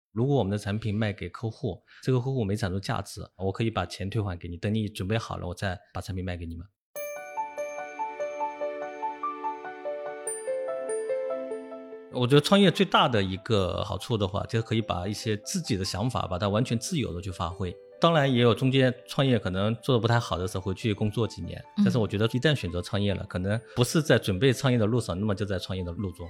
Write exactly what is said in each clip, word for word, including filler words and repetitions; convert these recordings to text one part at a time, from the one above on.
如果我们的产品卖给客户，这个客户没产出价值，我可以把钱退还给你，等你准备好了我再把产品卖给你们。我觉得创业最大的一个好处的话，就是可以把一些自己的想法把它完全自由的去发挥。当然也有中间创业可能做得不太好的时候回去工作几年，但是我觉得一旦选择创业了，可能不是在准备创业的路上，那么就在创业的路中。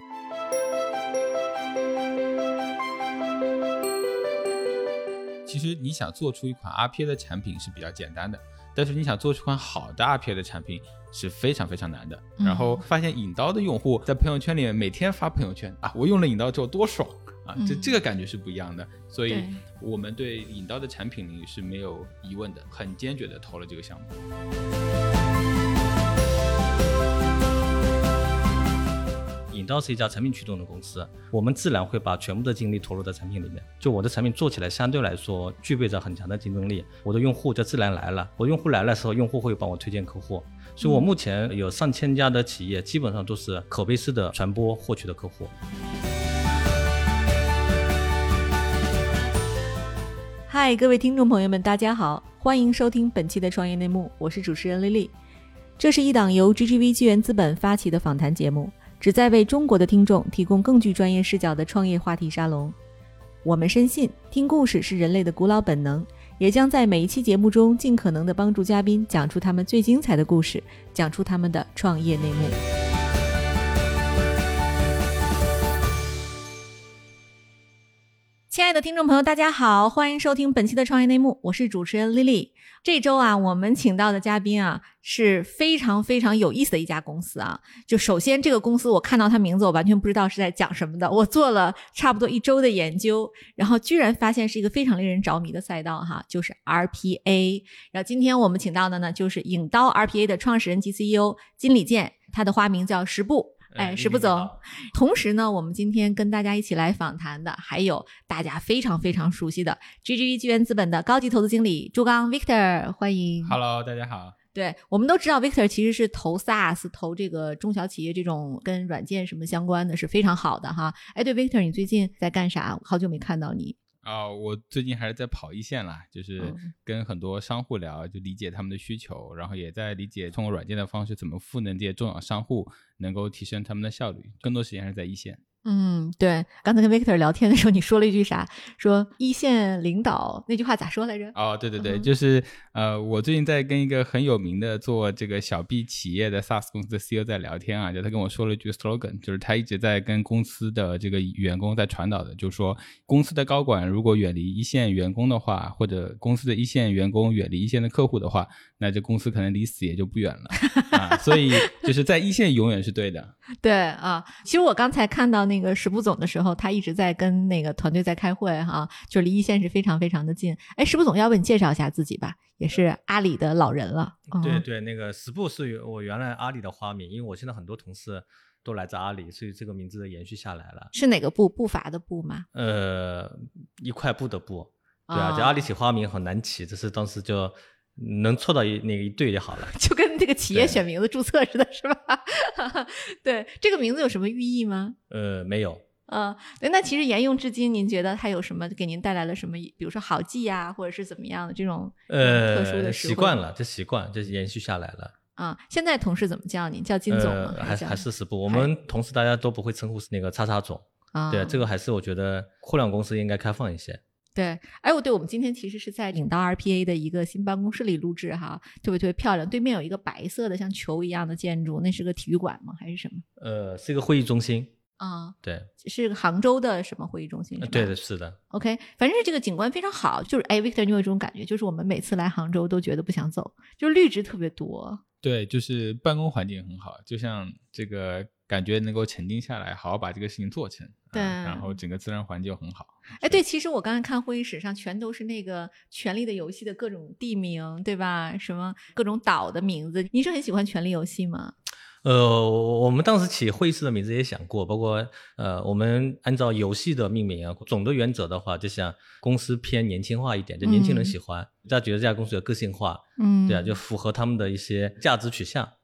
其实你想做出一款 R P A 的产品是比较简单的，但是你想做出一款好的 R P A 的产品是非常非常难的。嗯、然后发现引刀的用户在朋友圈里面每天发朋友圈啊，我用了引刀之后多爽啊，这这个感觉是不一样的。所以我们对引刀的产品领域是没有疑问的，很坚决的投了这个项目。 引刀是一家产品驱动的公司，我们自然会把全部的精力投入到产品里面。就我的产品做起来相对来说具备着很强的竞争力，我的用户就自然来了，我用户来了的时候，用户会帮我推荐客户。所以我目前有上千家的企业，基本上都是口碑式的传播获取的客户。 嗨，各位听众朋友们大家好，欢迎收听本期的创业内幕，我是主持人丽丽。这是一档由 G G V 纪元资本发起的访谈节目，旨在为中国的听众提供更具专业视角的创业话题沙龙。我们深信听故事是人类的古老本能，也将在每一期节目中尽可能地帮助嘉宾讲出他们最精彩的故事，讲出他们的创业内幕。亲爱的听众朋友大家好，欢迎收听本期的创业内幕，我是主持人 Lily。 这周啊，我们请到的嘉宾啊是非常非常有意思的一家公司啊。就首先这个公司我看到它名字我完全不知道是在讲什么的，我做了差不多一周的研究，然后居然发现是一个非常令人着迷的赛道哈，就是 R P A。 然后今天我们请到的呢就是引刀 R P A 的创始人及 C E O 金礼健，他的花名叫石步。哎，石步总。同时呢，我们今天跟大家一起来访谈的还有大家非常非常熟悉的 G G V 纪元资本的高级投资经理朱刚 Victor， 欢迎。 Hello， 大家好。 对，我们都知道 Victor 其实是投 SaaS 投这个中小企业这种跟软件什么相关的是非常好的哈。哎，对 Victor 你最近在干啥？好久没看到你。 啊、哦，我最近还是在跑一线啦，就是跟很多商户聊，就理解他们的需求，然后也在理解通过软件的方式怎么赋能这些中小商户，能够提升他们的效率，更多时间还是在一线。 嗯，对，刚才跟 Victor 聊天的时候你说了一句啥，说一线领导，那句话咋说来着？ 哦，对对对、嗯、就是呃，我最近在跟一个很有名的做这个小 B 企业的 SaaS 公司的 C E O 在聊天啊，就他跟我说了一句 slogan， 就是他一直在跟公司的这个员工在传导的，就是说公司的高管如果远离一线员工的话，或者公司的一线员工远离一线的客户的话，那这公司可能离死也就不远了啊，所以就是在一线永远是对的。 对啊，其实我刚才看到那个石步总的时候，他一直在跟那个团队在开会哈，就离一线是非常非常的近。哎，石步总，要不你介绍一下自己吧，也是阿里的老人了。 嗯、对对，那个石步是我原来阿里的花名，因为我现在很多同事都来自阿里，所以这个名字延续下来了。 是哪个步？步伐的步吗？ 呃，一块布的布。对啊，就阿里起花名很难起，这是当时就能凑到一那个一对就好了， 就跟这个企业选名字注册似的，是吧？对，这个名字有什么寓意吗？ 呃，没有。 呃，对，那其实沿用至今，您觉得它有什么给您带来了什么，比如说好记呀，或者是怎么样的这种特殊的呃习惯了，这习惯这延续下来了。 啊、嗯，现在同事怎么叫你？叫金总吗？ 呃、还还是石步？我们同事大家都不会称呼那个叉叉总。啊，对，这个还是我觉得互联网公司应该开放一些。 对，哎，我对我们今天其实是在引刀 R P A 的一个新办公室里录制哈，特别特别漂亮。对面有一个白色的像球一样的建筑，那是个体育馆吗？还是什么？ 呃，是一个会议中心。 啊、 嗯，对， 是杭州的什么会议中心？ 对的，是的。 OK， 反正是这个景观非常好，就是哎 ，Victor， 你有这种感觉，就是我们每次来杭州都觉得不想走，就是绿植特别多。 对，就是办公环境很好，就像这个感觉能够沉浸下来，好好把这个事情做成。对、啊，然后整个自然环境很好。 哎，对，其实我刚才看会议室上全都是那个《权力的游戏》的各种地名，对吧？什么各种岛的名字。你是很喜欢《权力游戏》吗？ 呃，我们当时起会议室的名字也想过，包括呃，我们按照游戏的命名啊，总的原则的话，就想公司偏年轻化一点，就年轻人喜欢，大家、嗯、觉得这家公司有个性化，嗯，对啊，就符合他们的一些价值取向。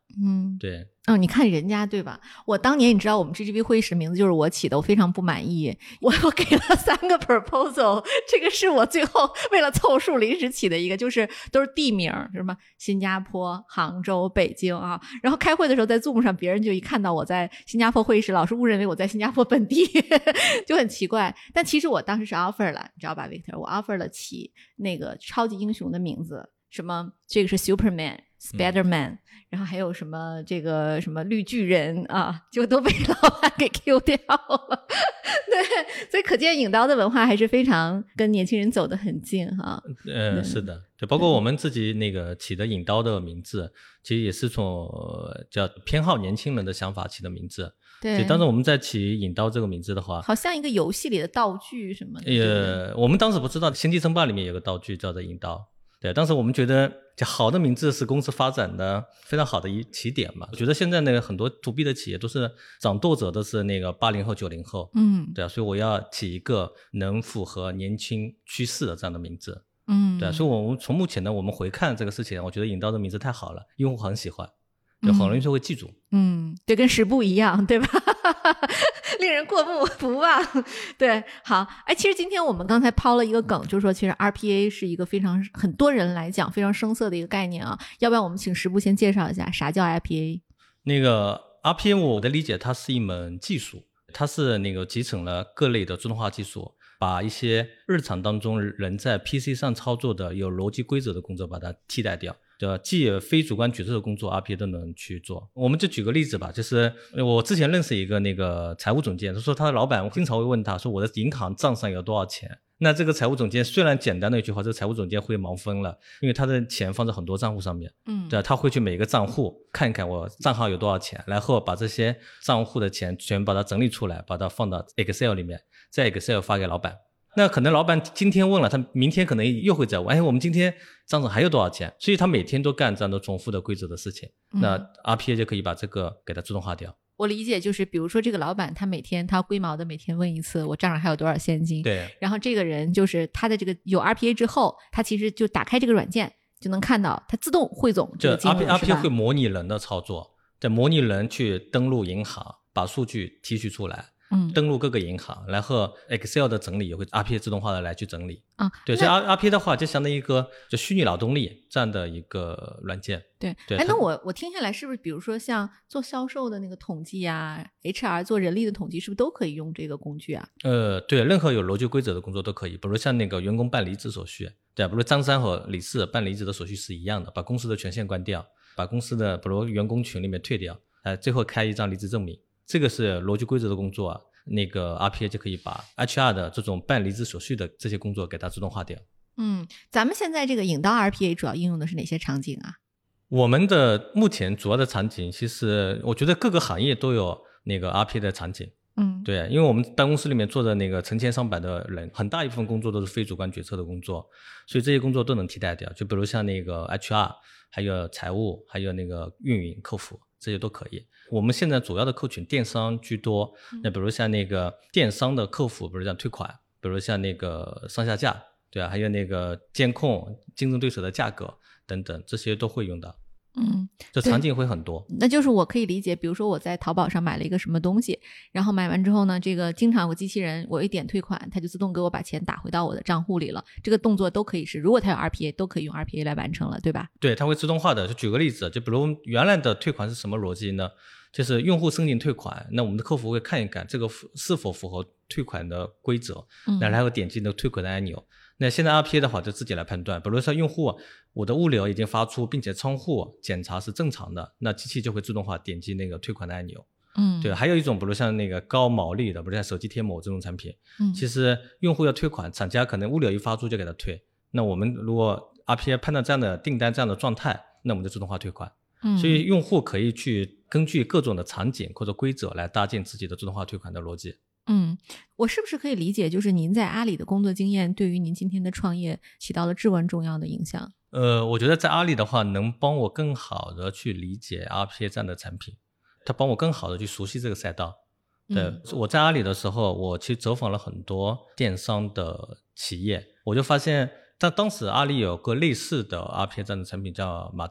嗯， 对。 哦，你看人家对吧？我当年你知道我们 G G B 会议室的名字就是我起的，我非常不满意。我我给了三个 proposal， 这个是我最后为了凑数临时起的一个，就是都是地名，什么新加坡、杭州、北京啊。然后开会的时候在 Zoom 上，别人就一看到我在新加坡会议室，老是误认为我在新加坡本地，就很奇怪。但其实我当时是 offer 了，你知道吧 ，Victor？ 我 offer 了起那个超级英雄的名字。什么这个是 Superman、Spiderman、嗯、然后还有什么这个什么绿巨人啊，就都被老板给 Q 掉了。对，所以可见影刀的文化还是非常跟年轻人走得很近哈。 呃，是的，就包括我们自己那个起的影刀的名字，其实也是从叫偏好年轻人的想法起的名字。 对， 当时我们在起影刀这个名字的话， 好像一个游戏里的道具什么的。 呃，我们当时不知道星际争霸里面有个道具叫做影刀。对，当时我们觉得好的名字是公司发展的非常好的一起点嘛。我觉得现在那个很多 to B 的企业都是掌舵者都是那个八零后九零后， 嗯， 对啊，所以我要起一个能符合年轻趋势的这样的名字， 嗯， 对啊，所以我们从目前呢，我们回看这个事情，我觉得影刀的名字太好了，用户很喜欢，就很容易就会记住。 嗯，对，跟十步一样，对吧？令人过目不忘。对，好，哎，其实今天我们刚才抛了一个梗，就是说其实 R P A 是一个非常很多人来讲非常生涩的一个概念啊，要不然我们请十步先介绍一下啥叫 R P A。 那个 R P A 我的理解它是一门技术，它是那个集成了各类的自动化技术，把一些日常当中人在 P C 上操作的有逻辑规则的工作把它替代掉，就既非主观决策的工作 R P A 都能去做。我们就举个例子吧，就是我之前认识一个那个财务总监，他说他的老板经常会问他说我的银行账上有多少钱，那这个财务总监虽然简单的一句话，这个财务总监会忙疯了，因为他的钱放在很多账户上面， 嗯， 对，他会去每个账户看一看我账号有多少钱，然后把这些账户的钱全把它整理出来，把它放到 Excel 里面，在 Excel 发给老板。那可能老板今天问了，他明天可能又会再问，哎，我们今天账上还有多少钱？所以他每天都干这样的重复的规则的事情， 嗯、 那 R P A 就可以把这个给它自动化掉。 我理解就是，比如说这个老板他每天他龟毛的每天问一次我账上还有多少现金， 对， 然后这个人就是他的这个有 R P A 之后，他其实就打开这个软件就能看到他自动汇总这个金额， R P A 会模拟人的操作，在模拟人去登录银行，把数据提取出来， 嗯， 登录各个银行，然后 Excel 的整理也会 R P A 自动化的来去整理啊。 对，所以 R P A 的话就相当于一个就虚拟劳动力这样的一个软件。 对， 对， 哎，那我我听下来是不是比如说像做销售的那个统计啊 ，H R 做人力的统计，是不是都可以用这个工具啊？ 呃，对，任何有逻辑规则的工作都可以，比如像那个员工办离职手续，对，比如张三和李四办离职的手续是一样的，把公司的权限关掉，把公司的比如员工群里面退掉，呃，最后开一张离职证明，这个是逻辑规则的工作啊。那个 R P A 就可以把 H R 的这种办离职手续的这些工作给它自动化掉。 嗯，咱们现在这个影刀 R P A 主要应用的是哪些场景啊？ 我们的目前主要的场景，其实我觉得各个行业都有那个 R P A 的场景。 嗯， 对，因为我们办公室里面坐的那个成千上百的人，很大一部分工作都是非主观决策的工作，所以这些工作都能替代掉。就比如像那个 H R， 还有财务，还有那个运营、客服，这些都可以。我们现在主要的客群电商居多，那比如像那个电商的客服，比如像退款，比如像那个上下架，对啊，还有那个监控竞争对手的价格等等，这些都会用到。 嗯， 这场景会很多。 那就是我可以理解，比如说我在淘宝上买了一个什么东西，然后买完之后呢，这个经常有个机器人，我一点退款，它就自动给我把钱打回到我的账户里了。这个动作都可以是，如果它有 R P A， 都可以用 R P A 来完成了，对吧？ 对，它会自动化的。就举个例子，就比如原来的退款是什么逻辑呢？就是用户申请退款，那我们的客服会看一看这个是否符合退款的规则， 嗯， 然后还会点击那个退款的按钮。那现在 R P A 的话就自己来判断，比如说用户我的物流已经发出，并且仓库检查是正常的，那机器就会自动化点击那个退款的按钮。 嗯， 对，还有一种比如像那个高毛利的，比如像手机贴膜这种产品， 嗯， 其实用户要退款，厂家可能物流一发出就给他退，那我们如果 R P A 判断这样的订单这样的状态，那我们就自动化退款。 嗯， 所以用户可以去根据各种的场景或者规则来搭建自己的自动化退款的逻辑。 嗯，我是不是可以理解，就是您在阿里的工作经验对于您今天的创业起到了至关重要的影响？ 呃，我觉得在阿里的话，能帮我更好的去理解 R P A 这样的产品，它帮我更好的去熟悉这个赛道。对，嗯，我在阿里的时候，我其实走访了很多电商的企业，我就发现，但当时阿里有个类似的 R P A 这样的产品叫马站。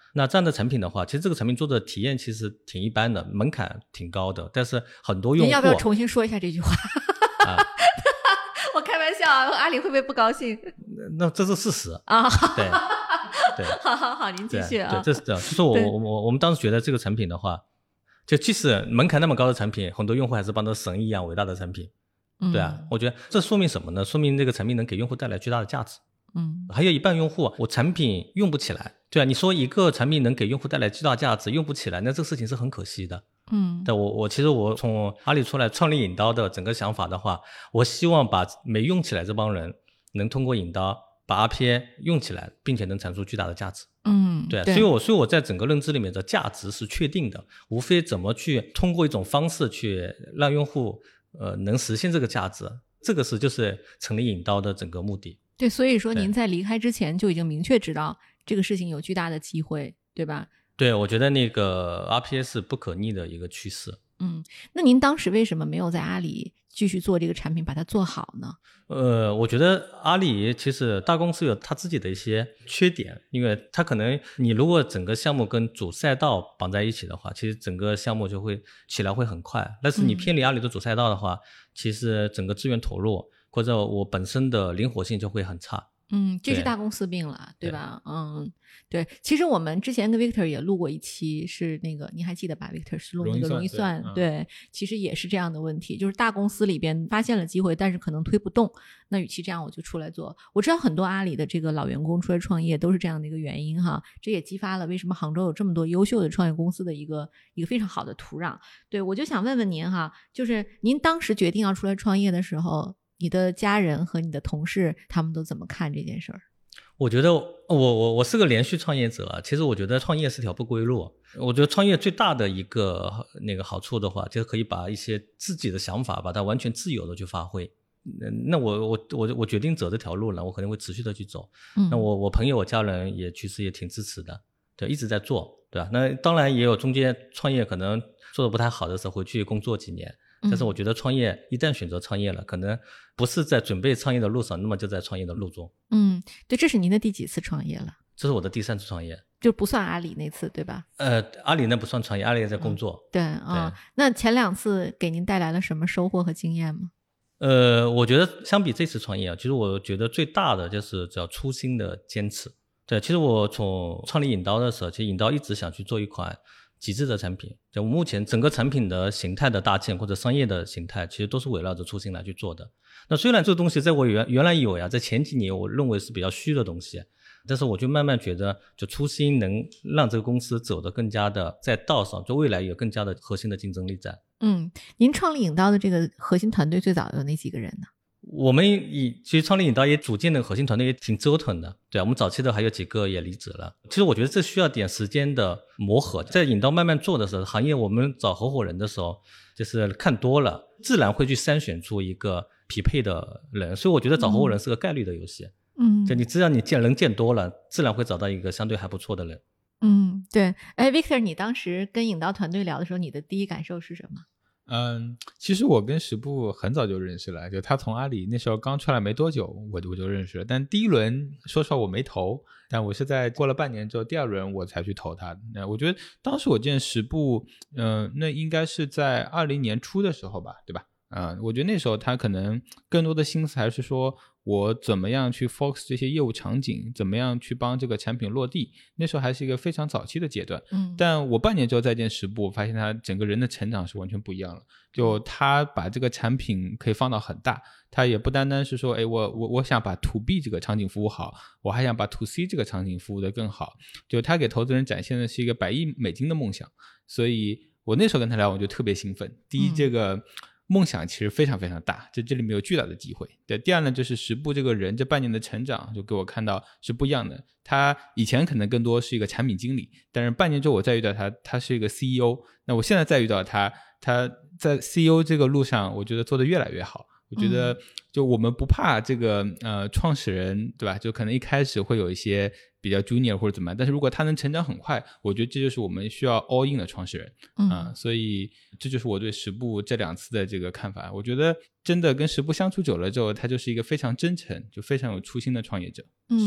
那这样的产品的话，其实这个产品做的体验其实挺一般的，门槛挺高的，但是很多用户您要不要重新说一下这句话？ 啊我开玩笑啊，阿里会不会不高兴？ 那这是事实啊， 对对， 好好好，您继续啊。 对，这是这样，就是我我我我们当时觉得这个产品的话，就即使门槛那么高的产品，很多用户还是当成神一样伟大的产品。对啊，我觉得这说明什么呢？说明这个产品能给用户带来巨大的价值。 嗯， 还有一半用户我产品用不起来，对啊，你说一个产品能给用户带来巨大价值，用不起来，那这个事情是很可惜的。 嗯， 对，我我其实我从阿里出来创立引刀的整个想法的话，我希望把没用起来这帮人能通过引刀把 R P A 用起来，并且能产出巨大的价值。 嗯， 对啊， 对， 所以我所以我在整个认知里面的价值是确定的，无非怎么去通过一种方式去让用户呃能实现这个价值，这个是就是成立引刀的整个目的。 对，所以说您在离开之前就已经明确知道这个事情有巨大的机会，对吧？ 对，我觉得那个 R P A 是不可逆的一个趋势。 嗯，那您当时为什么没有在阿里继续做这个产品，把它做好呢？ 呃，我觉得阿里其实大公司有它自己的一些缺点，因为它可能你如果整个项目跟主赛道绑在一起的话，其实整个项目就会起来会很快。但是你偏离阿里的主赛道的话，嗯、其实整个资源投入或者我本身的灵活性就会很差。 嗯，这是大公司病了， 对, 对吧？嗯，对。其实我们之前跟 Victor 也录过一期，是那个你还记得吧 ？Victor 是录那个容易算，对, 对、嗯，其实也是这样的问题，就是大公司里边发现了机会，但是可能推不动。那与其这样，我就出来做。我知道很多阿里的这个老员工出来创业都是这样的一个原因哈，这也激发了为什么杭州有这么多优秀的创业公司的一个一个非常好的土壤。对，我就想问问您哈，就是您当时决定要出来创业的时候，你的家人和你的同事他们都怎么看这件事儿？ 我觉得我我我是个连续创业者，其实我觉得创业是条不归路。我觉得创业最大的一个那个好处的话，就是可以把一些自己的想法把它完全自由的去发挥。那我我我我决定走这条路了，我肯定会持续的去走。嗯、那我我朋友我家人也其实也挺支持的，对，一直在做，对吧？那当然也有中间创业可能做的不太好的时候回去工作几年。但是我觉得创业一旦选择创业了，可能不是在准备创业的路上，那么就在创业的路中。 嗯，对，这是您的第几次创业了？ 这是我的第三次创业， 就不算阿里那次，对吧？ 呃，阿里那不算创业，阿里在工作。 嗯、对啊、哦，那前两次给您带来了什么收获和经验吗？ 呃，我觉得相比这次创业啊，其实我觉得最大的就是叫初心的坚持。对，其实我从创立引刀的时候，其实引刀一直想去做一款极致的产品，就目前整个产品的形态的搭建或者商业的形态，其实都是围绕着初心来去做的。那虽然这个东西在我原原来以为啊，在前几年我认为是比较虚的东西，但是我就慢慢觉得，就初心能让这个公司走得更加的在道上，就未来有更加的核心的竞争力在。 嗯，您创立引刀的这个核心团队最早有哪几个人呢？ 我们以其实创立引刀也组建的核心团队也挺折腾的，对啊，我们早期的还有几个也离职了。其实我觉得这需要点时间的磨合，在引刀慢慢做的时候，行业我们找合伙人的时候，就是看多了，自然会去筛选出一个匹配的人，所以我觉得找合伙人是个概率的游戏。嗯，就你只要你见人见多了，自然会找到一个相对还不错的人。 嗯，对。哎 ，Victor， 你当时跟引刀团队聊的时候，你的第一感受是什么？ 嗯，其实我跟石步很早就认识了，就他从阿里那时候刚出来没多久，我我就认识了。但第一轮说实话我没投，但我是在过了半年之后，第二轮我才去投他。那我觉得当时我见石步，嗯、呃，那应该是在二零年初的时候吧，对吧？啊、呃，我觉得那时候他可能更多的心思还是说我怎么样去 focus 这些业务场景，怎么样去帮这个产品落地。那时候还是一个非常早期的阶段。嗯，但我半年之后再见石步，我发现他整个人的成长是完全不一样了。就他把这个产品可以放到很大，他也不单单是说，哎，我我我想把 to B 这个场景服务好，我还想把 to C 这个场景服务得更好。就他给投资人展现的是一个百亿美金的梦想，所以我那时候跟他聊，我就特别兴奋。第一，这个、嗯梦想其实非常非常大，这这里面有巨大的机会。对，第二呢，就是石步这个人这半年的成长，就给我看到是不一样的。他以前可能更多是一个产品经理，但是半年之后我再遇到他，他是一个 C E O。那我现在再遇到他，他在 C E O 这个路上，我觉得做得越来越好。我觉得就我们不怕这个呃创始人，对吧？就可能一开始会有一些比较 junior 或者怎么样，但是如果他能成长很快，我觉得这就是我们需要 all in 的创始人啊、呃。所以这就是我对石步这两次的这个看法。我觉得真的跟石步相处久了之后，他就是一个非常真诚、就非常有初心的创业者。 嗯， 是。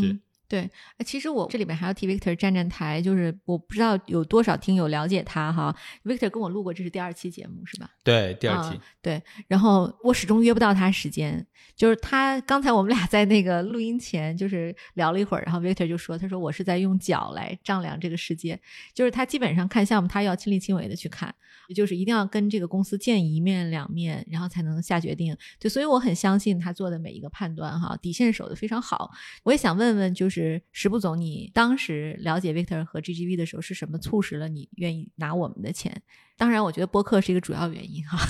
对，其实我这里面还要替 Victor 站站台，就是我不知道有多少听友了解他哈。Victor 跟我录过，这是第二期节目是吧？ 对，第二期、 啊。对，然后我始终约不到他时间，就是他刚才我们俩在那个录音前就是聊了一会儿，然后 Victor 就说，他说我是在用脚来丈量这个世界，就是他基本上看项目他要亲力亲为的去看，就是一定要跟这个公司见一面两面，然后才能下决定。对，所以我很相信他做的每一个判断哈，底线守得非常好。我也想问问，就是石步总，你当时了解 Victor 和 G G V 的时候，是什么促使了你愿意拿我们的钱？当然，我觉得播客是一个主要原因哈。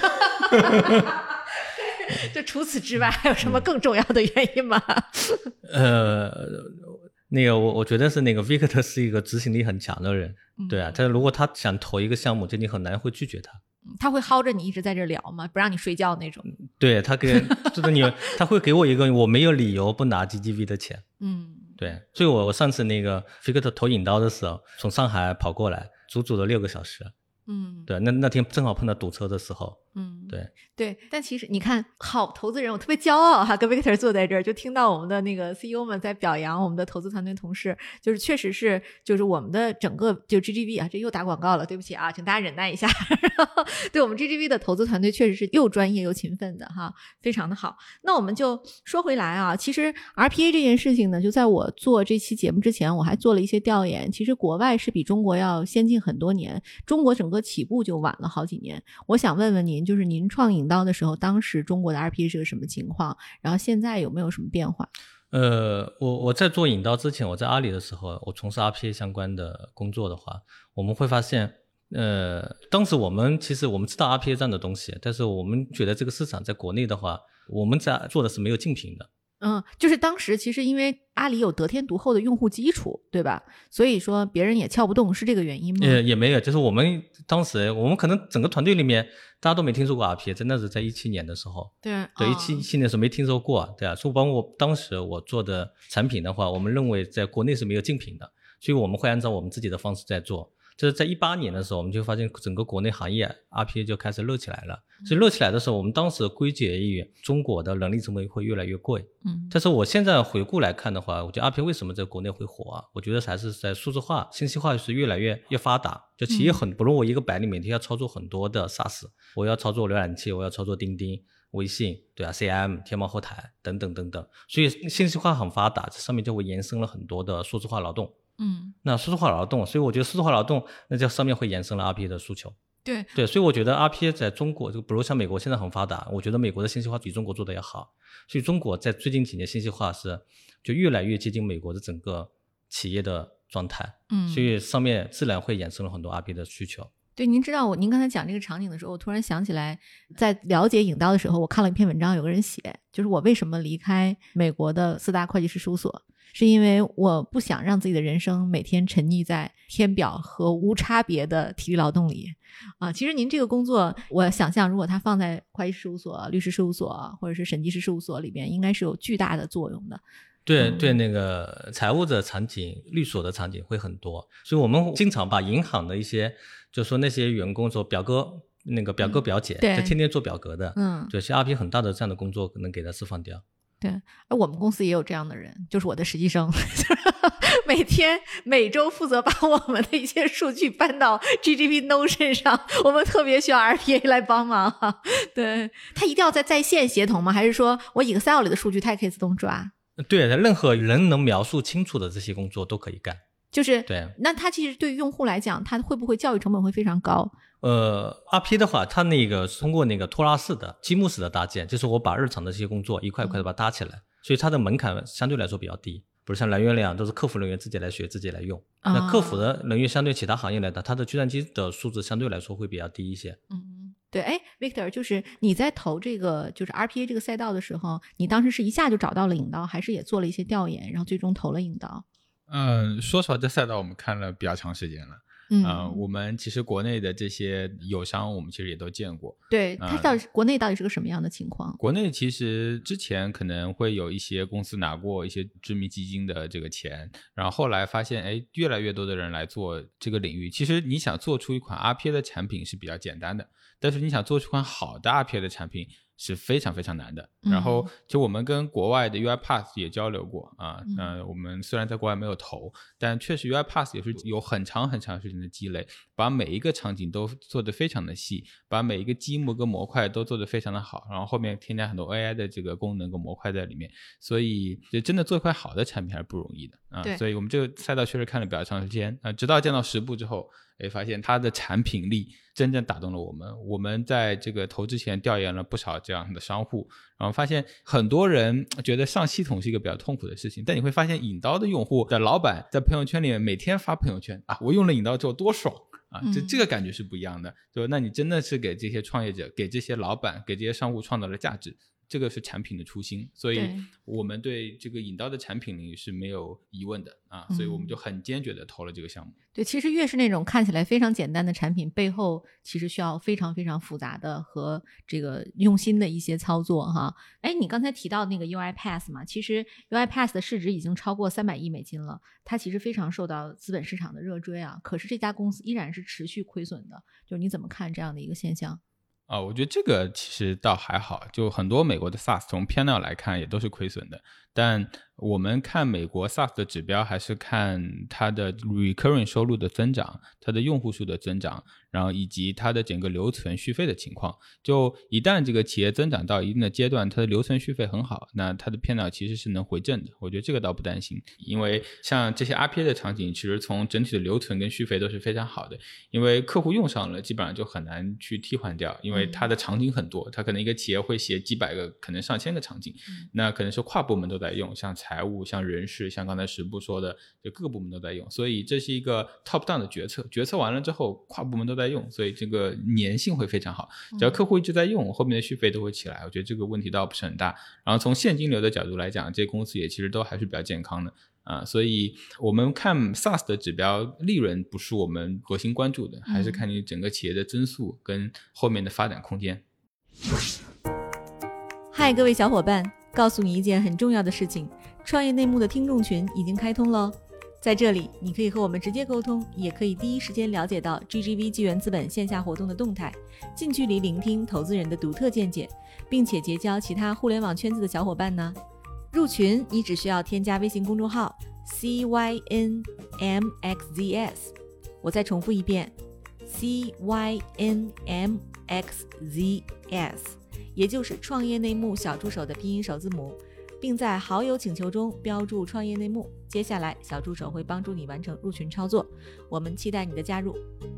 就除此之外，还有什么更重要的原因吗？ 呃，那个我我觉得是那个 Victor 是一个执行力很强的人，嗯、对啊，但如果他想投一个项目，就你很难会拒绝他。 他会薅着你一直在这聊吗？不让你睡觉那种？ 对，他给就是你，他会给我一个我没有理由不拿 G G V 的钱。 嗯， 对，所以我我上次那个 Victor 投引刀的时候，从上海跑过来，足足的六个小时。 嗯， 对，那那天正好碰到堵车的时候。 嗯， 对对，但其实你看，好投资人，我特别骄傲哈，跟 Victor 坐在这儿，就听到我们的那个 C E O 们在表扬我们的投资团队同事，就是确实是，就是我们的整个就 G G V 啊，这又打广告了，对不起啊，请大家忍耐一下。然后对我们 G G V 的投资团队确实是又专业又勤奋的哈，非常的好。那我们就说回来啊，其实 R P A 这件事情呢，就在我做这期节目之前，我还做了一些调研，其实国外是比中国要先进很多年，中国整个起步就晚了好几年。我想问问您，就是您创引刀的时候，当时中国的 R P A 是个什么情况？然后现在有没有什么变化？ 呃，我我在做引刀之前，我在阿里的时候，我从事 R P A 相关的工作的话，我们会发现，呃，当时我们其实我们知道 R P A 这样的东西，但是我们觉得这个市场在国内的话，我们在做的是没有竞品的。 嗯，就是当时其实因为阿里有得天独厚的用户基础，对吧？所以说别人也撬不动，是这个原因吗？ 也也没有，就是我们当时我们可能整个团队里面大家都没听说过 R P A， 真的是在一七年的时候， 对对， 一七七年的时候没听说过，对啊，所以包括我当时我做的产品的话，我们认为在国内是没有竞品的，所以我们会按照我们自己的方式在做。就是在一八年的时候，我们就发现整个国内行业 R P A 就开始热起来了。所以热起来的时候，我们当时归结于中国的人力成本会越来越贵。 嗯， 但是我现在回顾来看的话，我觉得 R P A 为什么在国内会火啊？我觉得还是在数字化、信息化是越来越越发达。就企业很，比如我一个白领每天要操作很多的 SaaS， 我要操作浏览器，我要操作钉钉、微信，对啊 ，C R M、天猫后台等等等等。所以信息化很发达，这上面就会延伸了很多的数字化劳动。 嗯， 那数字化劳动，所以我觉得数字化劳动，那这上面会延伸了 R P A 的诉求。 对对，所以我觉得 R P A 在中国，就比如像美国现在很发达，我觉得美国的信息化比中国做的要好，所以中国在最近几年信息化是就越来越接近美国的整个企业的状态。 嗯， 所以上面自然会衍生了很多 R P A 的需求。 对，您知道我您刚才讲这个场景的时候，我突然想起来，在了解引刀的时候，我看了一篇文章，有个人写，就是我为什么离开美国的四大会计师事务所，是因为我不想让自己的人生每天沉溺在填表和无差别的体力劳动里啊。其实您这个工作，我想象如果它放在会计师事务所、律师事务所或者是审计师事务所里边，应该是有巨大的作用的。 对对，那个财务的场景、律所的场景会很多，所以我们经常把银行的一些，就说那些员工说表哥、那个表哥表姐， 嗯、 就天天做表格的， 嗯， 对，其实 R P A 很大的这样的工作可能给他释放掉。 对，而我们公司也有这样的人，就是我的实习生，每天每周负责把我们的一些数据搬到 G G V Notion 上，我们特别需要 R P A 来帮忙哈。对，他一定要在在线协同吗？还是说我 Excel 里的数据他也可以自动抓？ 对，任何人能描述清楚的这些工作都可以干。 就是对， 那它其实对于用户来讲，它会不会教育成本会非常高？ 呃 ，R P A 的话，它那个通过那个拖拉式的积木式的搭建，就是我把日常的这些工作一块一块的把它搭起来，嗯、所以它的门槛相对来说比较低。比如像蓝源那样，都是客服人员自己来学、自己来用。啊、那客服的人员相对其他行业来的，它的计算机的素质相对来说会比较低一些。 嗯，对。哎 ，Victor， 就是你在投这个就是 R P A 这个赛道的时候，你当时是一下就找到了引刀，还是也做了一些调研，然后最终投了引刀？ 嗯，说实话，这赛道我们看了比较长时间了。嗯、呃，我们其实国内的这些友商，我们其实也都见过。 对，它到底是、呃、国内到底是个什么样的情况？ 国内其实之前可能会有一些公司拿过一些知名基金的这个钱，然后后来发现，哎，越来越多的人来做这个领域。其实你想做出一款 R P A 的产品是比较简单的，但是你想做出一款好的 R P A 的产品， 是非常非常难的。然后其实我们跟国外的 UiPath 也交流过啊，那、呃、我们虽然在国外没有投，但确实 UiPath 也是有很长很长时间的积累，把每一个场景都做得非常的细，把每一个积木跟模块都做得非常的好，然后后面添加很多 A I 的这个功能跟模块在里面，所以就真的做一块好的产品还是不容易的啊。所以我们这个赛道确实看了比较长时间啊，直到见到实部之后，哎，发现它的产品力真正打动了我们。我们在这个投之前调研了不少这样的商户，然后发现很多人觉得上系统是一个比较痛苦的事情，但你会发现引刀的用户的老板在朋友圈里面每天发朋友圈啊，我用了引刀之后多爽啊，这这个感觉是不一样的。就那你真的是给这些创业者、给这些老板、给这些商户创造了价值。这个是产品的初心，所以我们对这个引刀的产品力是没有疑问的啊，所以我们就很坚决的投了这个项目。 对，其实越是那种看起来非常简单的产品，背后其实需要非常非常复杂的和这个用心的一些操作哈。哎，你刚才提到那个 UiPath 嘛，其实 UiPath 的市值已经超过三百亿美金了，它其实非常受到资本市场的热追啊。可是这家公司依然是持续亏损的，就是你怎么看这样的一个现象？ 啊、哦，我觉得这个其实倒还好，就很多美国的 SaaS 从 P and L 来看也都是亏损的，但我们看美国 SaaS 的指标还是看它的 recurring 收入的增长，它的用户数的增长，然后以及它的整个留存续费的情况。就一旦这个企业增长到一定的阶段，它的留存续费很好，那它的 P and L 其实是能回正的，我觉得这个倒不担心。因为像这些 R P A 的场景，其实从整体的留存跟续费都是非常好的，因为客户用上了基本上就很难去替换掉，因为它的场景很多，它可能一个企业会写几百个可能上千个场景，那可能是跨部门都在用，像财务像人事像刚才石部说的，就各个部门都在用，所以这是一个 top down 的决策，决策完了之后跨部门都在用，所以这个粘性会非常好，只要客户一直在用，后面的续费都会起来，我觉得这个问题倒不是很大。然后从现金流的角度来讲，这些公司也其实都还是比较健康的啊，所以我们看 SaaS 的指标，利润不是我们核心关注的，还是看你整个企业的增速跟后面的发展空间。 嗨，各位小伙伴，告诉你一件很重要的事情，创业内幕的听众群已经开通了，在这里你可以和我们直接沟通，也可以第一时间了解到 G G V 纪元资本线下活动的动态，近距离聆听投资人的独特见解，并且结交其他互联网圈子的小伙伴呢。入群你只需要添加微信公众号 C Y N M X Z S， 我再重复一遍 C Y N M X Z S， 也就是创业内幕小助手的拼音首字母，并在好友请求中标注创业内幕，接下来小助手会帮助你完成入群操作，我们期待你的加入。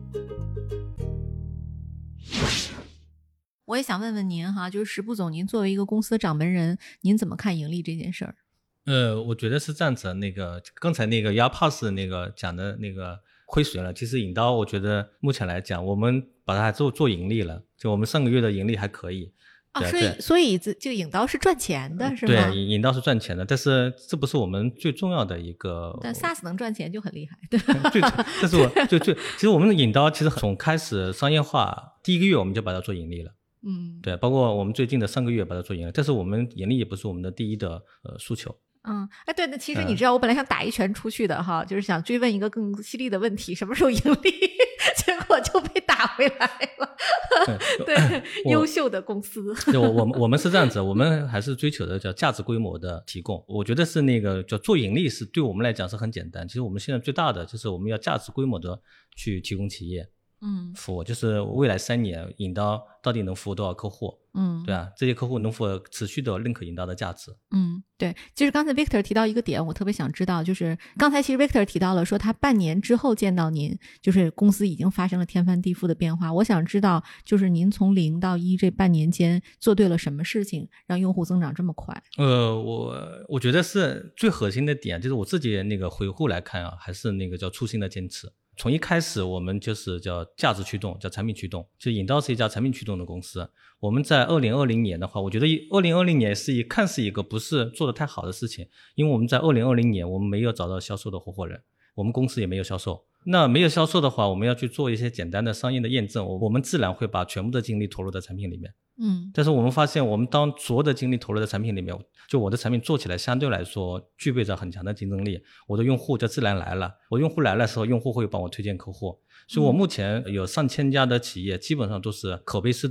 我也想问问您哈，就是石部总，您作为一个公司的掌门人，您怎么看盈利这件事儿？ 呃，我觉得是这样子，那个刚才那个 UiPath 那个讲的那个亏损了，其实引刀我觉得目前来讲，我们把它做做盈利了，就我们上个月的盈利还可以。 啊，所以所以这这个引刀是赚钱的是吗？ 对，引刀是赚钱的，但是这不是我们最重要的一个。 但 SaaS 能赚钱就很厉害，对。 最，这是我最最，其实我们的引刀其实从开始商业化第一个月我们就把它做盈利了。 嗯， 对，包括我们最近的上个月把它做盈利，但是我们盈利也不是我们的第一的呃诉求。 嗯，哎，对，那其实你知道，我本来想打一拳出去的哈，嗯、就是想追问一个更犀利的问题，什么时候盈利？结果就被打回来了。对，优秀的公司。 对，我我们我们是这样子，我们还是追求的叫价值规模的提供。我觉得是那个叫做盈利是对我们来讲是很简单。其实我们现在最大的就是我们要价值规模的去提供企业。嗯，服务就是未来三年引刀到底能服务多少客户？嗯，对啊，这些客户能否持续的认可引刀的价值？ 嗯，对。就是刚才 Victor 提到一个点，我特别想知道，就是刚才其实 Victor 提到了说他半年之后见到您，就是公司已经发生了天翻地覆的变化。我想知道，就是您从零到一这半年间做对了什么事情，让用户增长这么快？ 呃，我我觉得是最核心的点，就是我自己那个回顾来看啊，还是那个叫初心的坚持。从一开始我们就是叫价值驱动，叫产品驱动，就引刀是一家产品驱动的公司。我们在二零二零年的话，我觉得二零二零年是一看似一个不是做得太好的事情，因为我们在二零二零年我们没有找到销售的合伙人，我们公司也没有销售。那没有销售的话，我们要去做一些简单的商业的验证，我们自然会把全部的精力投入在产品里面。嗯，但是我们发现我们当所有的精力投入在产品里面，就我的产品做起来相对来说具备着很强的竞争力，我的用户就自然来了，我用户来了的时候，用户会帮我推荐客户，所以我目前有上千家的企业基本上都是口碑式的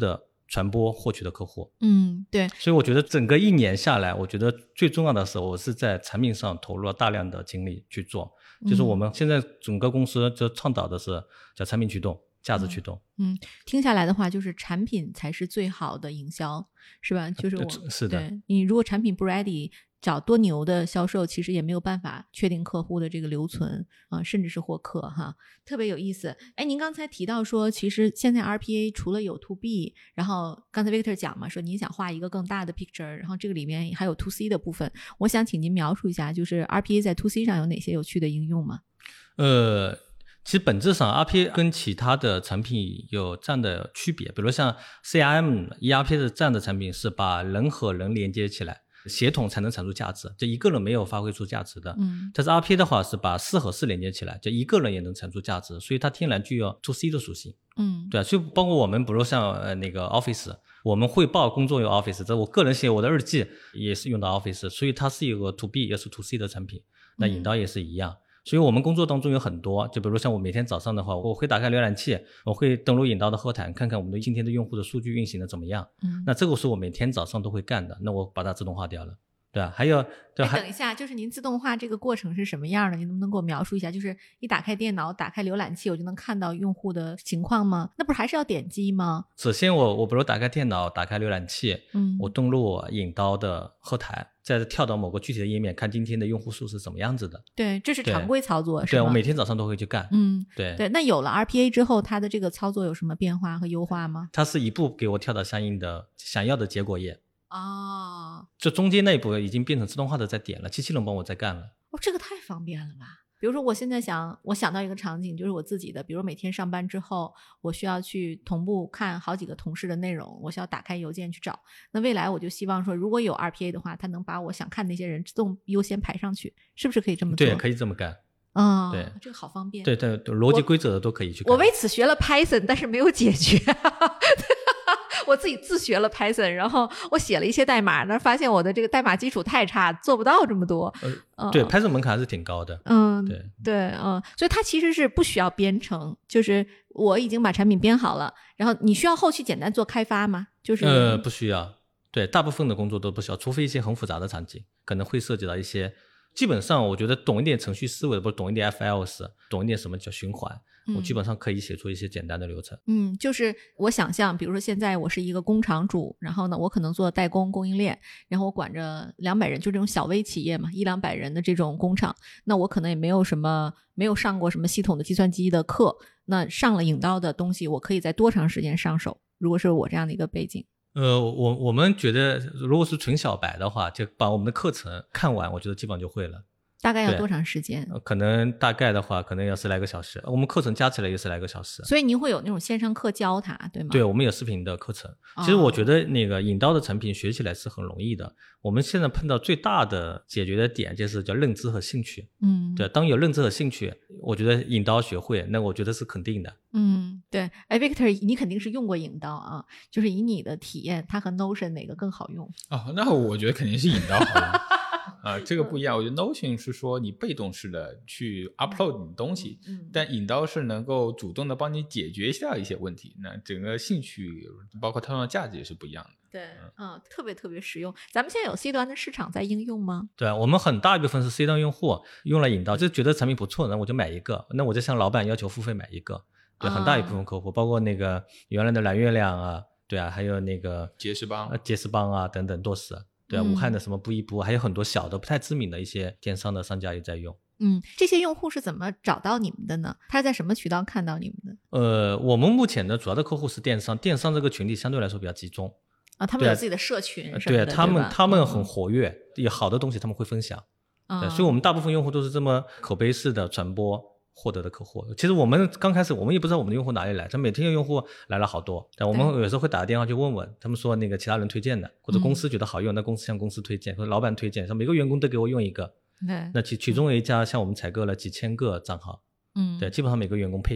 传播获取的客户。 嗯，对。 所以我觉得整个一年下来，我觉得最重要的是我是在产品上投入了大量的精力去做。就是我们现在整个公司就倡导的是叫产品驱动、价值驱动。 嗯，嗯听下来的话，就是产品才是最好的营销，是吧？就是我、 呃、是的。 对，你如果产品不 ready， 找多牛的销售，其实也没有办法确定客户的这个留存啊、呃，甚至是获客哈，特别有意思。哎，您刚才提到说，其实现在 R P A 除了有 to B， 然后刚才 Victor 讲嘛，说您想画一个更大的 picture， 然后这个里面还有 to C 的部分，我想请您描述一下，就是 R P A 在 to C 上有哪些有趣的应用吗？ 呃。其实本质上 R P A 跟其他的产品有这样的区别，比如像 C R M、E R P 的这样的产品是把人和人连接起来，协同才能产出价值，就一个人没有发挥出价值的。嗯，但是 R P A 的话是把事和事连接起来，就一个人也能产出价值，所以它天然具有 to C 的属性。嗯，对啊，所以包括我们比如像呃那个 Office， 我们汇报工作用 Office， 这我个人写我的日记也是用到 Office， 所以它是一个 to B 也是 to C 的产品。那引导也是一样。嗯，所以我们工作当中有很多，就比如像我每天早上的话，我会打开浏览器，我会登录引导的后台，看看我们的今天的用户的数据运行的怎么样。嗯，那这个是我每天早上都会干的，那我把它自动化掉了。对啊，还有对， 等一下，就是您自动化这个过程是什么样的？您能不能给我描述一下？就是一打开电脑，打开浏览器，我就能看到用户的情况吗？那不是还是要点击吗？ 首先我我比如打开电脑，打开浏览器，嗯，我登录引导的后台，再跳到某个具体的页面，看今天的用户数是什么样子的。 对，这是常规操作，是对， 吗？ 我每天早上都会去干。 嗯， 对对。那有了 R P A 之后，它的这个操作有什么变化和优化吗？ 它是一步给我跳到相应的想要的结果页。 哦， 就中间那一步已经变成自动化的在点了，机器人帮我在干了。 哦，这个太方便了吧。比如说我现在想我想到一个场景，就是我自己的，比如每天上班之后我需要去同步看好几个同事的内容，我需要打开邮件去找，那未来我就希望说如果有 R P A 的话，它能把我想看那些人自动优先排上去，是不是可以这么做？ 对，可以这么干。 嗯， 对， 这个好方便。 对对，逻辑规则的都可以去干。 我为此学了 Python， 但是没有解决我自己自学了 Python， 然后我写了一些代码，但发现我的这个代码基础太差，做不到这么多。 呃，对、嗯、Python 门槛还是挺高的。 嗯， 对对，嗯，所以它其实是不需要编程，就是我已经把产品编好了，然后你需要后期简单做开发吗？就是呃，不需要。对，大部分的工作都不需要，除非一些很复杂的场景，可能会涉及到一些。基本上我觉得懂一点程序思维，不是懂一点 F L S， 懂一点什么叫循环、嗯、我基本上可以写出一些简单的流程。 嗯，就是我想象比如说现在我是一个工厂主，然后呢我可能做代工供应链，然后我管着两百人，就这种小微企业嘛，一两百人的这种工厂，那我可能也没有什么没有上过什么系统的计算机的课，那上了引刀的东西我可以在多长时间上手，如果是我这样的一个背景？ 呃，我我们觉得如果是纯小白的话，就把我们的课程看完，我觉得基本上就会了。 大概要多长时间？ 可能大概的话，可能要十来个小时。我们课程加起来也十来个小时。 所以您会有那种线上课教他，对吗？ 对，我们有视频的课程。其实我觉得那个引刀的产品学起来是很容易的。我们现在碰到最大的解决的点就是叫认知和兴趣。嗯，对，当有认知和兴趣，我觉得引刀学会，那我觉得是肯定的。 嗯，对。哎 ，Victor， 你肯定是用过引刀啊，就是以你的体验，它和 Notion 哪个更好用？ 哦，那我觉得肯定是引刀好用。啊，这个不一样。我觉得 Notion 是说你被动式的去 upload 你的东西，嗯，但引刀是能够主动的帮你解决掉一些问题。那整个兴趣包括它的价值也是不一样的。 对，嗯，嗯特别特别实用。咱们现在有 C 端的市场在应用吗？ 对，我们很大一部分是 C 端用户用了引刀，就觉得产品不错，那我就买一个，那我就向老板要求付费买一个。对，很大一部分客户，啊、包括那个原来的蓝月亮啊，对啊，还有那个杰士邦、 呃、杰士邦啊等等都是。对啊，武汉的什么布依布，还有很多小的不太知名的一些电商的商家也在用。 嗯，这些用户是怎么找到你们的呢？他是在什么渠道看到你们的？ 呃，我们目前的主要的客户是电商，电商这个群体相对来说比较集中啊，他们有自己的社群什么的， 对，他们对他们很活跃，嗯、有好的东西他们会分享。 嗯、 对，所以我们大部分用户都是这么口碑式的传播获得的客户。其实我们刚开始我们也不知道我们的用户哪里来，他每天用户来了好多，但我们有时候会打个电话去问问，他们说那个其他人推荐的，或者公司觉得好用，嗯、那公司向公司推荐，或者老板推荐，说每个员工都给我用一个。对，那其其中有一家向我们采购了几千个账号，嗯，对，基本上每个员工配一个。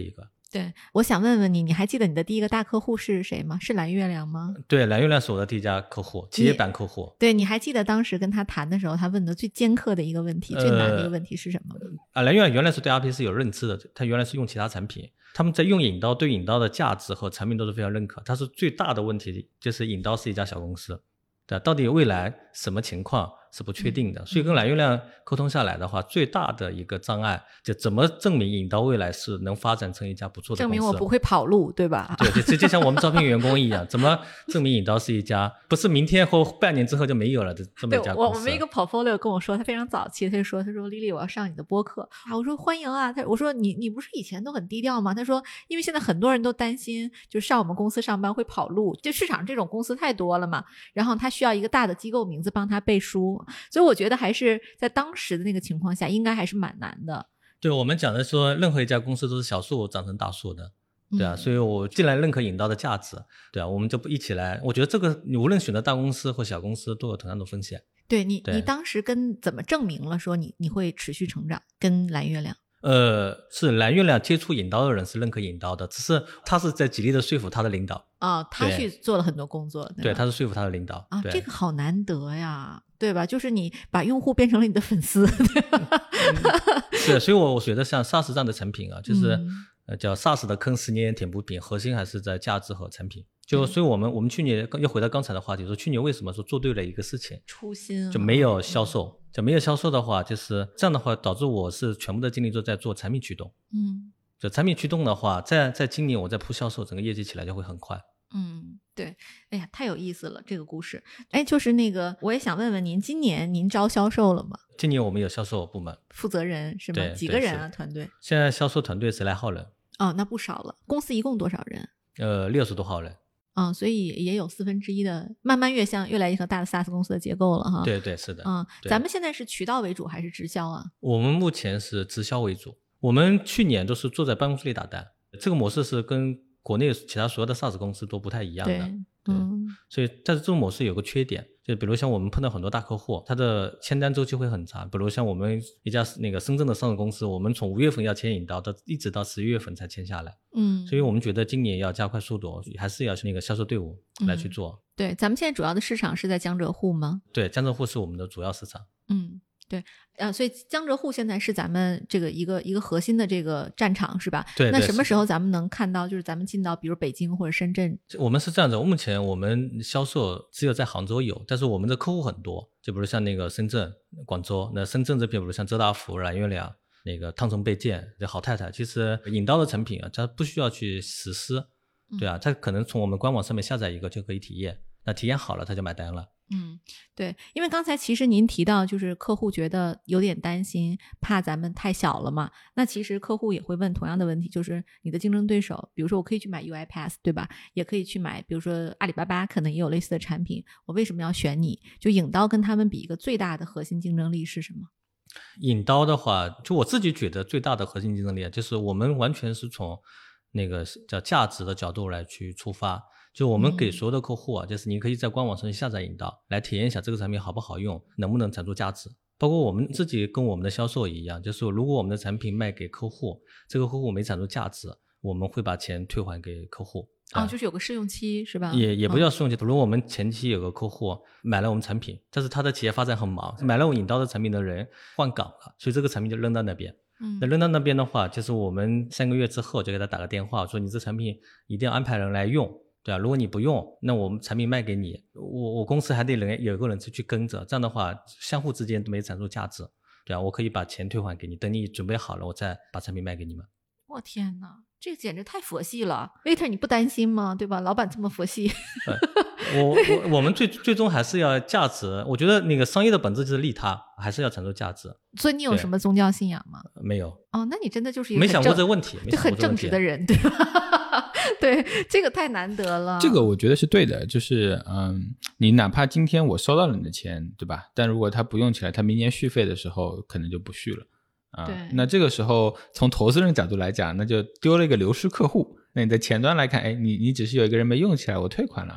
对，我想问问你，你还记得你的第一个大客户是谁吗？是蓝月亮吗？ 对，蓝月亮是我的第一家客户，企业版客户。 对，你还记得当时跟他谈的时候，他问的最尖刻的一个问题、呃、最难的一个问题是什么？ 啊，蓝月亮原来是对 R P C 有认知的，他原来是用其他产品，他们在用引刀，对引刀的价值和产品都是非常认可。他是最大的问题就是引刀是一家小公司，对，到底未来什么情况是不确定的，所以跟蓝月亮沟通下来的话，最大的一个障碍就怎么证明引刀未来是能发展成一家不错的公司， 证明我不会跑路，对吧？ 对对，就像我们招聘员工一样，怎么证明引刀是一家不是明天或半年之后就没有了的这么一家公司。 对，我我们一个 portfolio 跟我说，他非常早期，他就说他说 Lily 我要上你的播客啊，我说欢迎啊，他我说你你不是以前都很低调吗？他说因为现在很多人都担心就上我们公司上班会跑路，就市场这种公司太多了嘛，然后他需要一个大的机构名字帮他背书，所以我觉得还是在当时的那个情况下应该还是蛮难的。 对，我们讲的说任何一家公司都是小树长成大树的，对啊、嗯、所以我既然认可引刀的价值，对啊，我们就一起来，我觉得这个你无论选择大公司或小公司都有同样的风险。 对，你对你当时跟怎么证明了说你你会持续成长？跟蓝月亮呃，是蓝月亮接触引刀的人是认可引刀的，只是他是在极力的说服他的领导。 哦，他去做了很多工作。 对，他是说服他的领导。 啊，这个好难得呀，对吧？就是你把用户变成了你的粉丝，对吧？ 嗯、是，所以我我觉得像 SaaS 这样的产品啊，就是、嗯、呃叫 SaaS 的坑十年舔不平，核心还是在价值和产品。就所以我们我们去年又回到刚才的话题，说去年为什么说做对了一个事情， 初心、啊、 就没有销售，就没有销售的话，就是这样的话导致我是全部的精力都在做产品驱动。 嗯， 就产品驱动的话，在在今年我在铺销售，整个业绩起来就会很快。 嗯，对，哎呀，太有意思了这个故事。哎，就是那个，我也想问问您，今年您招销售了吗？ 今年我们有销售部门， 负责人是吗？几个人啊？团队？ 现在销售团队十来号人。 哦，那不少了。公司一共多少人？ 呃，六十多号人。 嗯，所以也有四分之一的，慢慢越像越来越像大的 SaaS 公司的结构了哈。 对对是的。 嗯，咱们现在是渠道为主还是直销啊？ 我们目前是直销为主，我们去年都是坐在办公室里打单，这个模式是跟国内其他所有的 SaaS 公司都不太一样的。 对，嗯， 所以但是这种模式有个缺点，就比如像我们碰到很多大客户，他的签单周期会很长，比如像我们一家那个深圳的上市公司，我们从五月份要签引刀，到一直到十一月份才签下来。 嗯， 所以我们觉得今年要加快速度，还是要那个销售队伍来去做。 嗯、对，咱们现在主要的市场是在江浙沪吗？ 对，江浙沪是我们的主要市场。 嗯，对，呃，所以江浙沪现在是咱们这个一个一个核心的这个战场是吧？ 对。 那什么时候咱们能看到，就是咱们进到比如北京或者深圳？ 我们是这样子，目前我们销售只有在杭州有，但是我们的客户很多，就比如像那个深圳、广州，那深圳这边比如像浙大福、蓝月亮、那个汤臣倍健、好太太，其实引刀的产品啊，它不需要去实施，对啊，它可能从我们官网上面下载一个就可以体验，那体验好了他就买单了。 嗯，对，因为刚才其实您提到就是客户觉得有点担心，怕咱们太小了嘛，那其实客户也会问同样的问题，就是你的竞争对手，比如说我可以去买 UiPath 对吧，也可以去买比如说阿里巴巴可能也有类似的产品，我为什么要选你？就引刀跟他们比，一个最大的核心竞争力是什么？ 引刀的话，就我自己觉得最大的核心竞争力就是我们完全是从那个叫价值的角度来去出发，就我们给所有的客户啊、嗯、就是你可以在官网上下载引刀来体验一下这个产品好不好用，能不能产出价值，包括我们自己跟我们的销售一样，就是如果我们的产品卖给客户，这个客户没产出价值，我们会把钱退还给客户。 哦，就是有个试用期是吧？ 也也不叫试用期，比如我们前期有个客户买了我们产品，但是他的企业发展很忙，买了我引刀的产品的人换岗了，所以这个产品就扔到那边。嗯，那扔到那边的话，就是我们三个月之后就给他打个电话，说你这产品一定要安排人来用，对啊，如果你不用，那我们产品卖给你，我我公司还得人有个人去跟着，这样的话相互之间都没产出价值，对啊，我可以把钱退还给你，等你准备好了，我再把产品卖给你们。 我天哪，这简直太佛系了 Waiter 你不担心吗？对吧？老板这么佛系。 我我我们最最终还是要价值，我觉得那个商业的本质就是利他，还是要产出价值。 所以你有什么宗教信仰吗？ 没有。 哦，那你真的就是一个没想过这个问题， 就很正直的人，对吧？对，这个太难得了。 这个我觉得是对的，就是嗯，你哪怕今天我收到了你的钱，对吧？但如果他不用起来，他明年续费的时候可能就不续了。啊，那这个时候从投资人角度来讲，那就丢了一个流失客户。那你在前端来看，哎，你你只是有一个人没用起来，我退款了而已。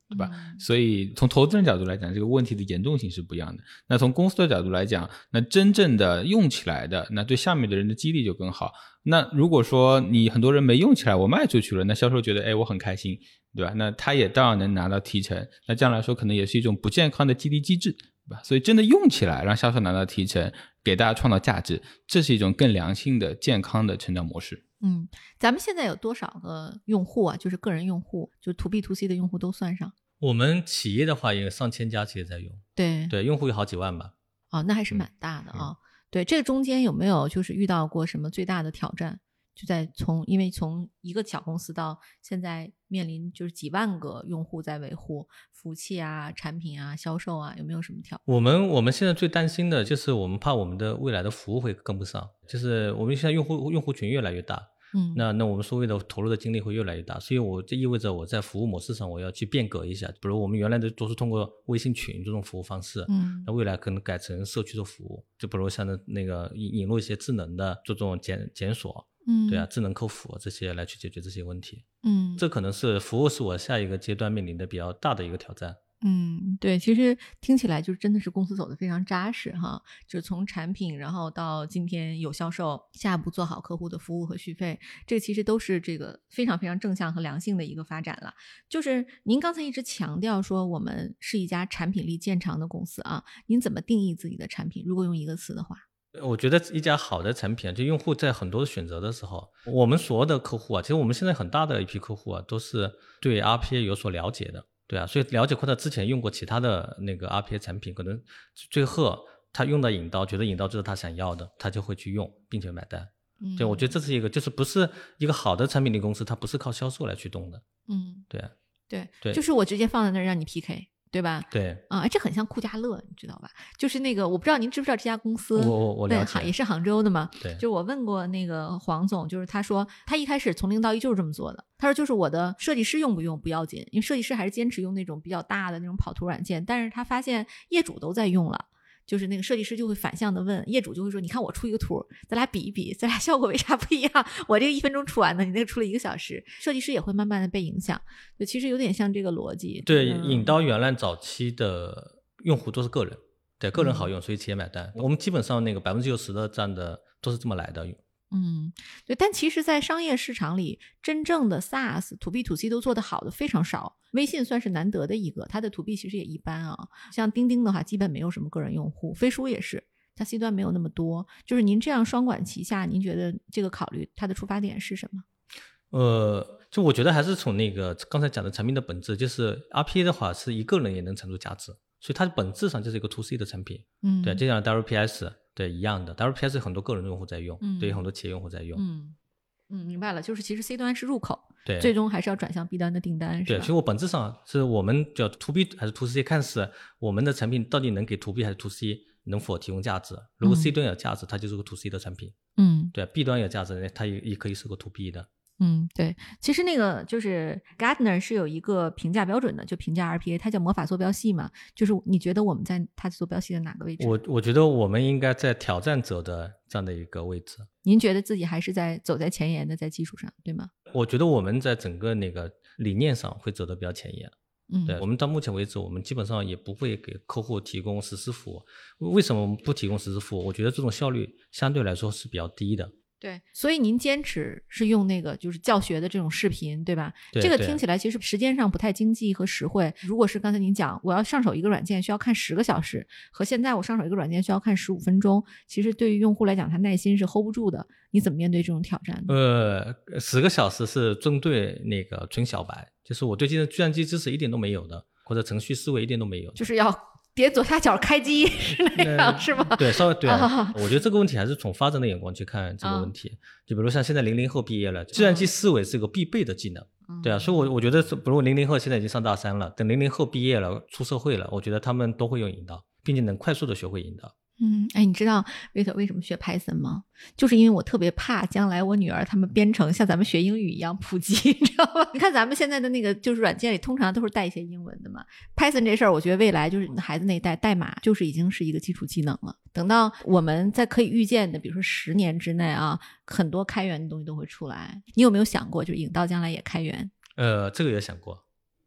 对吧？ 嗯、 所以从投资人角度来讲，这个问题的严重性是不一样的。那从公司的角度来讲，那真正的用起来的，那对下面的人的激励就更好。那如果说你很多人没用起来，我卖出去了，那销售觉得哎我很开心，对吧？那他也当然能拿到提成，那这样来说可能也是一种不健康的激励机制，对吧？所以真的用起来，让销售拿到提成，给大家创造价值，这是一种更良性的健康的成长模式。 嗯，咱们现在有多少个用户啊？就是个人用户，就 to B to C 的用户都算上。 我们企业的话也有上千家企业在用， 对对，用户有好几万吧。 哦，那还是蛮大的啊、哦嗯。对，这个中间有没有就是遇到过什么最大的挑战？就在从因为从一个小公司到现在面临就是几万个用户在维护服务器啊、产品啊、销售啊，有没有什么挑战？ 我们我们现在最担心的就是我们怕我们的未来的服务会跟不上，就是我们现在用户用户群越来越大。嗯，那那我们所谓的投入的精力会越来越大，所以我这意味着我在服务模式上我要去变革一下，比如我们原来的都是通过微信群这种服务方式，嗯，那未来可能改成社区的服务，就比如像那个引引入一些智能的这种检检索，嗯，对啊，智能客服这些来去解决这些问题，嗯，这可能是服务是我下一个阶段面临的比较大的一个挑战。 嗯，对，其实听起来就真的是公司走得非常扎实哈，就是从产品，然后到今天有销售，下一步做好客户的服务和续费，这其实都是这个非常非常正向和良性的一个发展了。就是您刚才一直强调说我们是一家产品力见长的公司啊，您怎么定义自己的产品？如果用一个词的话， 我觉得一家好的产品啊，就用户在很多的选择的时候，我们所有的客户啊，其实我们现在很大的一批客户啊，都是对 R P A 有所了解的。对啊，所以了解或者之前用过其他的那个 R P A 产品，可能最后他用到引刀，觉得引刀就是他想要的，他就会去用并且买单。嗯，对，我觉得这是一个，就是不是一个好的产品力公司，它不是靠销售来驱动的。 嗯， 对啊， 对对， 就是我直接放在那儿让你 P K。对吧？ 对啊，这很像酷家乐，你知道吧？就是那个，我不知道您知不知道这家公司， 我我我了解， 对，也是杭州的嘛。 对， 就我问过那个黄总，就是他说他一开始从零到一就是这么做的。他说就是我的设计师用不用不要紧，因为设计师还是坚持用那种比较大的那种跑图软件，但是他发现业主都在用了。就是那个设计师就会反向的问业主，就会说你看我出一个图，咱俩比一比，咱俩效果为啥不一样？我这个一分钟出完的，你那个出了一个小时，设计师也会慢慢的被影响。就其实有点像这个逻辑。 对，嗯、引刀原来早期的用户都是个人，对，个人好用，所以企业买单。嗯、我们基本上那个百分之九十的占的都是这么来的。 嗯，对，但其实在商业市场里，真正的 SaaS to B to C 都做得好的非常少，微信算是难得的一个，它的 to B 其实也一般啊。像钉钉的话基本没有什么个人用户，飞书也是，它 C 端没有那么多。就是您这样双管齐下，您觉得这个考虑它的出发点是什么？ 呃，就我觉得还是从那个刚才讲的产品的本质，就是 R P A 的话是一个人也能产出价值，所以它本质上就是一个 to C 的产品。嗯，对，就像 W P S 对一样的 ，W P S 很多个人用户在用，嗯、对，很多企业用户在用。 嗯嗯，明白了，就是其实 C 端是入口， 对， 最终还是要转向 B 端的订单，是吧？ 对，所以我本质上是我们叫 to B 还是 to C， 看是我们的产品到底能给 to B 还是 to C 能否提供价值。如果 C 端有价值，嗯、它就是个 to C 的产品。嗯，对 ，B 端有价值，它也也可以是个 to B 的。 嗯，对，其实那个就是 Gartner 是有一个评价标准的，就评价 R P A， 它叫魔法坐标系嘛。就是你觉得我们在它坐标系的哪个位置？ 我我觉得我们应该在挑战者的这样的一个位置。 您觉得自己还是在走在前沿的，在技术上，对吗？ 我觉得我们在整个那个理念上会走得比较前沿。嗯，对，我们到目前为止，我们基本上也不会给客户提供实时服务。为什么我们不提供实时服务？我觉得这种效率相对来说是比较低的。 对，所以您坚持是用那个就是教学的这种视频，对吧？ 对， 这个听起来其实时间上不太经济和实惠。如果是刚才您讲我要上手一个软件需要看十个小时，和现在我上手一个软件需要看十五分钟，其实对于用户来讲他耐心是 hold 不住的。你怎么面对这种挑战呢？ 呃，十个小时是针对那个纯小白，就是我对这个计算机知识一点都没有的，或者程序思维一点都没有的， 就是要叠左下角开机是那样是吗？ 对，稍微对、啊、我觉得这个问题还是从发展的眼光去看这个问题。就比如像现在零零后毕业了，计算机思维是个必备的技能。对啊，所以我我觉得比如零零后现在已经上大三了，等零零后毕业了出社会了，我觉得他们都会用引导，并且能快速的学会引导。 嗯，哎，你知道维特为什么学 Python 吗？就是因为我特别怕将来我女儿他们编程像咱们学英语一样普及，你知道吗？你看咱们现在的那个就是软件里通常都是带一些英文的嘛。Python 这事儿，我觉得未来就是孩子那一代代码就是已经是一个基础技能了。等到我们在可以预见的，比如说十年之内啊，很多开源的东西都会出来。你有没有想过，就是引刀将来也开源？ 呃，这个也想过。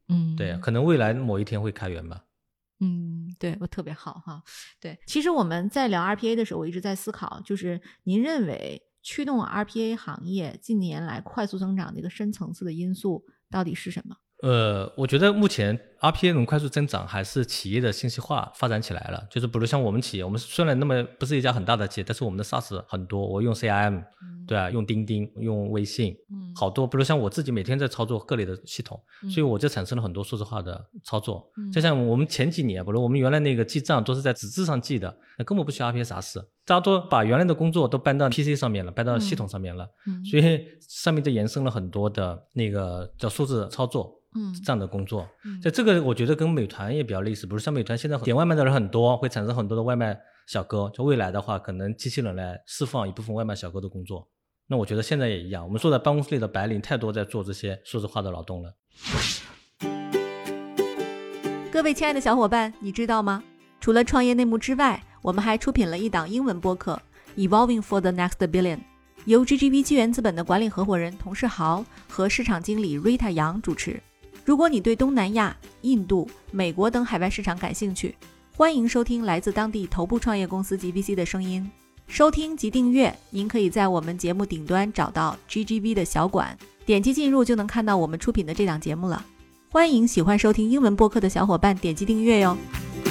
嗯， 对，可能未来某一天会开源吧。 嗯，对，我特别好哈。对，其实我们在聊 R P A 的时候，我一直在思考，就是您认为驱动 R P A 行业近年来快速增长的一个深层次的因素到底是什么？ 呃，我觉得目前 R P A 能快速增长，还是企业的信息化发展起来了。就是比如像我们企业，我们虽然那么不是一家很大的企业，但是我们的 SaaS 很多，我用 C R M，、嗯、对啊，用钉钉，用微信，嗯，好多。比如像我自己每天在操作各类的系统，嗯、所以我就产生了很多数字化的操作。嗯、就像我们前几年，比如我们原来那个记账都是在纸质上记的，那根本不需要 R P A 啥事。大家都把原来的工作都搬到 P C 上面了，搬到系统上面了，嗯、所以上面就延伸了很多的那个叫数字操作。嗯，这样的工作，嗯，在这个我觉得跟美团也比较类似，比如像美团现在点外卖的人很多，会产生很多的外卖小哥，就未来的话，可能机器人来释放一部分外卖小哥的工作。那我觉得现在也一样，我们坐在办公室里的白领太多在做这些数字化的劳动了。 各位亲爱的小伙伴，你知道吗？除了创业内幕之外，我们还出品了一档英文播客 Evolving for the Next Billion， 由 G G V 纪元资本的管理合伙人童世豪和市场经理 Rita 杨主持。如果你对东南亚、印度、美国等海外市场感兴趣，欢迎收听来自当地头部创业公司 G V C 的声音。收听及订阅，您可以在我们节目顶端找到 G G V 的小馆，点击进入就能看到我们出品的这档节目了。欢迎喜欢收听英文播客的小伙伴点击订阅哟。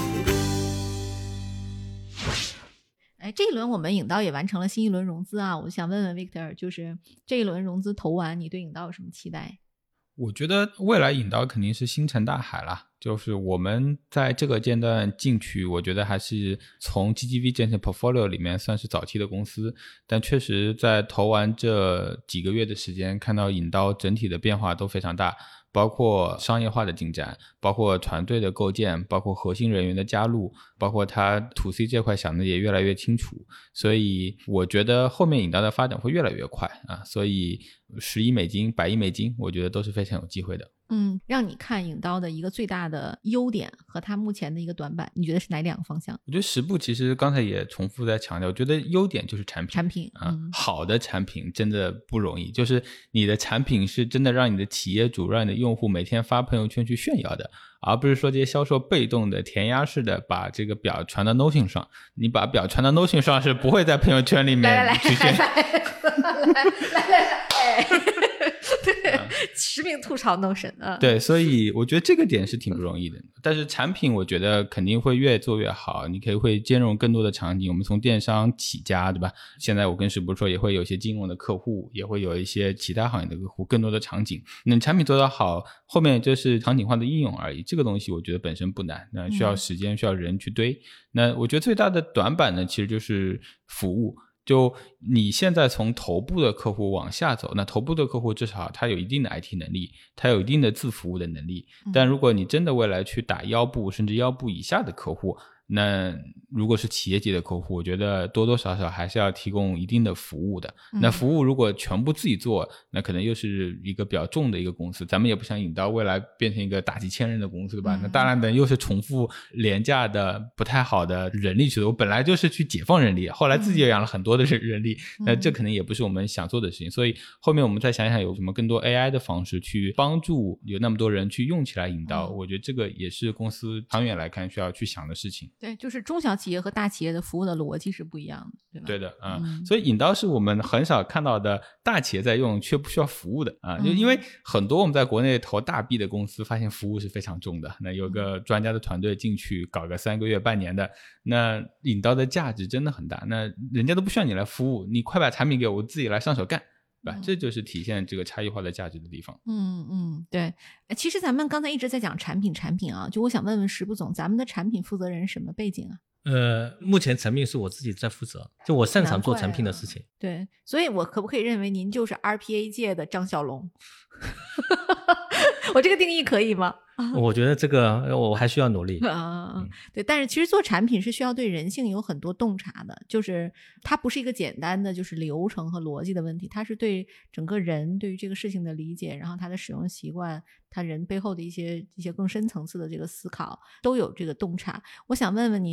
哎，这一轮我们影道也完成了新一轮融资啊，我想问问 Victor， 就是这一轮融资投完，你对影道有什么期待？ 我觉得未来影道肯定是星辰大海啦，就是我们在这个阶段进去，我觉得还是从 G G V 这些 portfolio 里面算是早期的公司，但确实在投完这几个月的时间，看到影道整体的变化都非常大，包括商业化的进展，包括团队的构建，包括核心人员的加入，包括他 to C 这块想的也越来越清楚，所以我觉得后面影道的发展会越来越快啊，所以十亿美金、百亿美金，我觉得都是非常有机会的。 嗯，让你看影刀的一个最大的优点和它目前的一个短板，你觉得是哪两个方向？ 我觉得十步其实刚才也重复在强调，我觉得优点就是产品， 产品啊、 嗯， 好的产品真的不容易，就是你的产品是真的让你的企业主、让你的用户每天发朋友圈去炫耀的，而不是说这些销售被动的填鸭式的把这个表传到 Notion 上，你把表传到 Notion 上是不会在朋友圈里面去炫耀。 来来来来来来来，对，实名吐槽 Notion 啊。 对，所以我觉得这个点是挺不容易的。但是产品我觉得肯定会越做越好，你可以会兼容更多的场景。我们从电商起家，对吧？现在我跟石博说也会有一些金融的客户，也会有一些其他行业的客户，更多的场景。那产品做得好，后面就是场景化的应用而已。这个东西我觉得本身不难，那需要时间，需要人去堆。那我觉得最大的短板呢，其实就是服务。就你现在从头部的客户往下走，那头部的客户至少他有一定的 I T 能力，他有一定的自服务的能力，但如果你真的未来去打腰部甚至腰部以下的客户，那如果是企业级的客户，我觉得多多少少还是要提供一定的服务的。那服务如果全部自己做，那可能又是一个比较重的一个公司，咱们也不想引到未来变成一个大几千人的公司，对吧？那大量的又是重复廉价的不太好的人力去的，我本来就是去解放人力，后来自己也养了很多的人力，那这可能也不是我们想做的事情，所以后面我们再想想有什么更多 A I 的方式去帮助有那么多人去用起来引导，我觉得这个也是公司长远来看需要去想的事情。 对，就是中小企业和大企业的服务的逻辑是不一样的，对吧？ 对的啊、嗯，所以引刀是我们很少看到的大企业在用却不需要服务的啊，就因为很多我们在国内投大 B 的公司发现服务是非常重的，那有个专家的团队进去搞个三个月半年的，那引刀的价值真的很大，那人家都不需要你来服务，你快把产品给我，我自己来上手干。嗯、这就是体现这个差异化的价值的地方。 嗯嗯，对。其实咱们刚才一直在讲产品产品啊，就我想问问石步总，咱们的产品负责人什么背景啊？ 呃，目前产品是我自己在负责，就我擅长做产品的事情。 对，所以我可不可以认为您就是 R P A 界的张小龙？我这个定义可以吗？ 我觉得这个我还需要努力啊、嗯，对，但是其实做产品是需要对人性有很多洞察的，就是它不是一个简单的就是流程和逻辑的问题，它是对整个人对于这个事情的理解，然后他的使用习惯，他人背后的一些一些更深层次的这个思考都有这个洞察。我想问问您，您是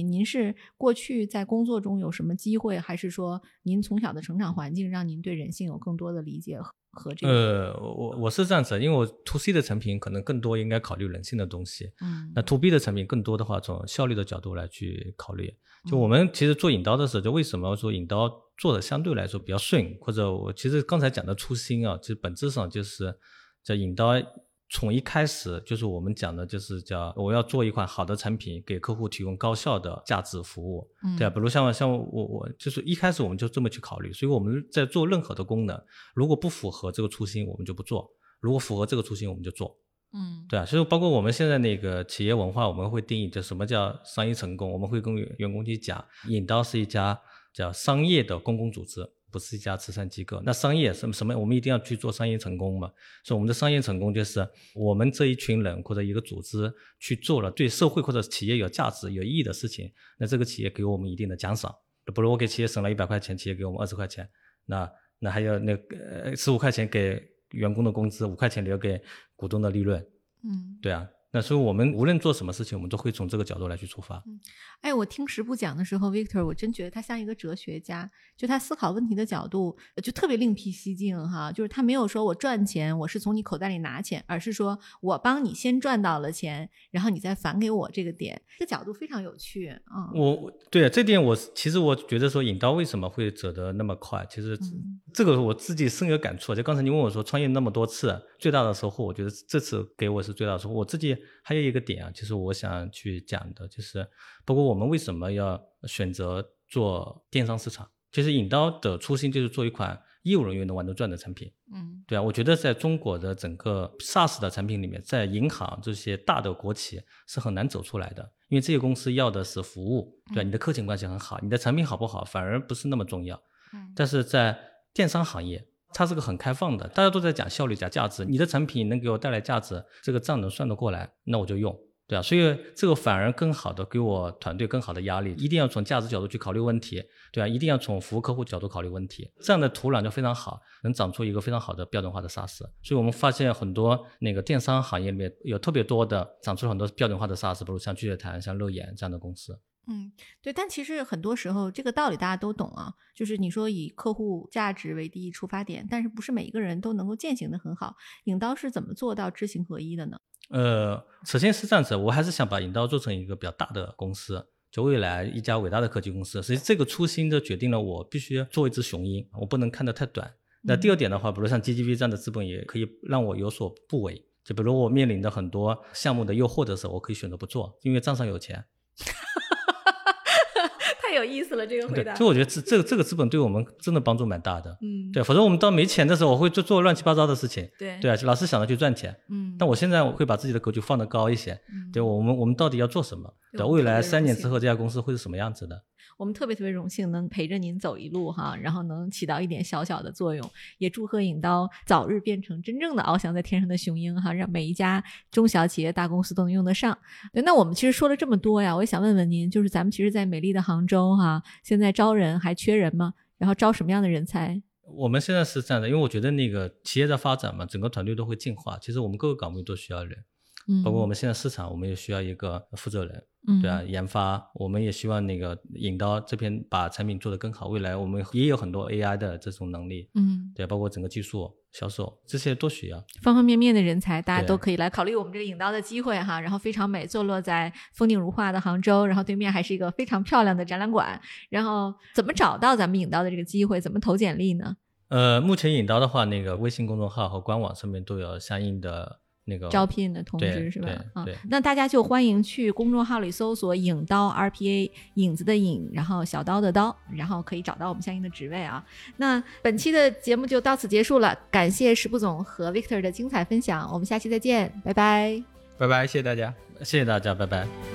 是过去在工作中有什么机会，还是说您从小的成长环境让您对人性有更多的理解和和这个？ 呃，我我是这样子，因为我 to C 的产品可能更多应该考虑人性的东西， 嗯， 那 to B 的产品更多的话从效率的角度来去考虑。就我们其实做引刀的时候，就为什么说引刀做的相对来说比较顺，或者我其实刚才讲的初心啊，其实本质上就是叫引刀从一开始就是我们讲的就是叫我要做一款好的产品，给客户提供高效的价值服务， 嗯， 对啊，比如像像我我就是一开始我们就这么去考虑，所以我们在做任何的功能，如果不符合这个初心，我们就不做；如果符合这个初心，我们就做。 嗯， 对啊，所以包括我们现在那个企业文化，我们会定义就什么叫商业成功，我们会跟员工去讲，引刀是一家叫商业的公共组织，不是一家慈善机构。那商业什么什么，我们一定要去做商业成功嘛。所以我们的商业成功就是我们这一群人或者一个组织去做了对社会或者企业有价值有意义的事情，那这个企业给我们一定的奖赏。比如我给企业省了一百块钱，企业给我们二十块钱，那那还有那个十五块钱给员工的工资，五块钱留给股东的利润。 嗯， 对啊，那所以我们无论做什么事情，我们都会从这个角度来去出发。 嗯，哎，我听十部讲的时候 Victor 我真觉得他像一个哲学家，就他思考问题的角度就特别另辟蹊径哈，就是他没有说我赚钱我是从你口袋里拿钱，而是说我帮你先赚到了钱，然后你再返给我这个点，这角度非常有趣。嗯， 我对啊，这点我其实我觉得说引刀为什么会走得那么快，其实这个我自己深有感触。就刚才你问我说创业那么多次最大的收获，我觉得这次给我是最大的收获。我自己还有一个点啊，其实我想去讲的就是包括我们为什么要选择做电商市场。其实引刀的初心就是做一款业务人员能玩得转的产品。 嗯， 对啊，我觉得在中国的整个 SaaS 的产品里面，在银行这些大的国企是很难走出来的，因为这些公司要的是服务，对啊，你的客群关系很好，你的产品好不好反而不是那么重要。 嗯， 但是在电商行业它是个很开放的，大家都在讲效率加价值，你的产品能给我带来价值，这个账能算得过来，那我就用。对啊，所以这个反而更好的给我团队更好的压力，一定要从价值角度去考虑问题，对啊，一定要从服务客户角度考虑问题，这样的土壤就非常好，能长出一个非常好的标准化的 SaaS。 所以我们发现很多那个电商行业里面有特别多的长出了很多标准化的 SaaS， 比如像聚乐谈、像乐眼这样的公司。 嗯，对，但其实很多时候这个道理大家都懂啊，就是你说以客户价值为第一出发点，但是不是每一个人都能够践行的很好。引刀是怎么做到知行合一的呢？ 呃，首先是这样子，我还是想把引刀做成一个比较大的公司，就未来一家伟大的科技公司。所以这个初心就决定了我必须做一只雄鹰，我不能看得太短。那第二点的话，比如像 G G V 这样的资本也可以让我有所不为，就比如我面临的很多项目的诱惑的时候，我可以选择不做，因为账上有钱。 太有意思了，这个回答。 就我觉得这这个这个资本对我们真的帮助蛮大的。 嗯， 对，否则我们当没钱的时候，我会做做乱七八糟的事情。 对对啊，老是想着去赚钱。 嗯， 但我现在我会把自己的格局放得高一些。 嗯， 对，我们我们到底要做什么？对， 对， 未来三年之后这家公司会是什么样子的？ 我们特别特别荣幸能陪着您走一路哈，然后能起到一点小小的作用，也祝贺引刀早日变成真正的翱翔在天上的雄鹰哈，让每一家中小企业大公司都能用得上。对，那我们其实说了这么多呀，我也想问问您，就是咱们其实在美丽的杭州哈，现在招人还缺人吗？然后招什么样的人才？ 我们现在是这样的，因为我觉得那个企业在发展嘛，整个团队都会进化，其实我们各个岗位都需要人。 嗯， 包括我们现在市场，我们也需要一个负责人， 嗯， 对啊，研发，我们也希望那个引刀这边把产品做得更好，未来我们也有很多 A I 的这种能力， 嗯， 对，包括整个技术、销售这些都需要， 方方面面的人才，大家都可以来考虑我们这个引刀的机会哈。然后非常美，坐落在风景如画的杭州，然后对面还是一个非常漂亮的展览馆。然后怎么找到咱们引刀的这个机会？怎么投简历呢？ 呃，目前引刀的话，那个微信公众号和官网上面都有相应的那个招聘的通知是吧？ 啊， 那大家就欢迎去公众号里搜索引刀 R P A， 影子的影，然后小刀的刀，然后可以找到我们相应的职位啊。那本期的节目就到此结束了，感谢石步总和 Victor 的精彩分享，我们下期再见，拜拜。 拜拜，谢谢大家， 谢谢大家，拜拜。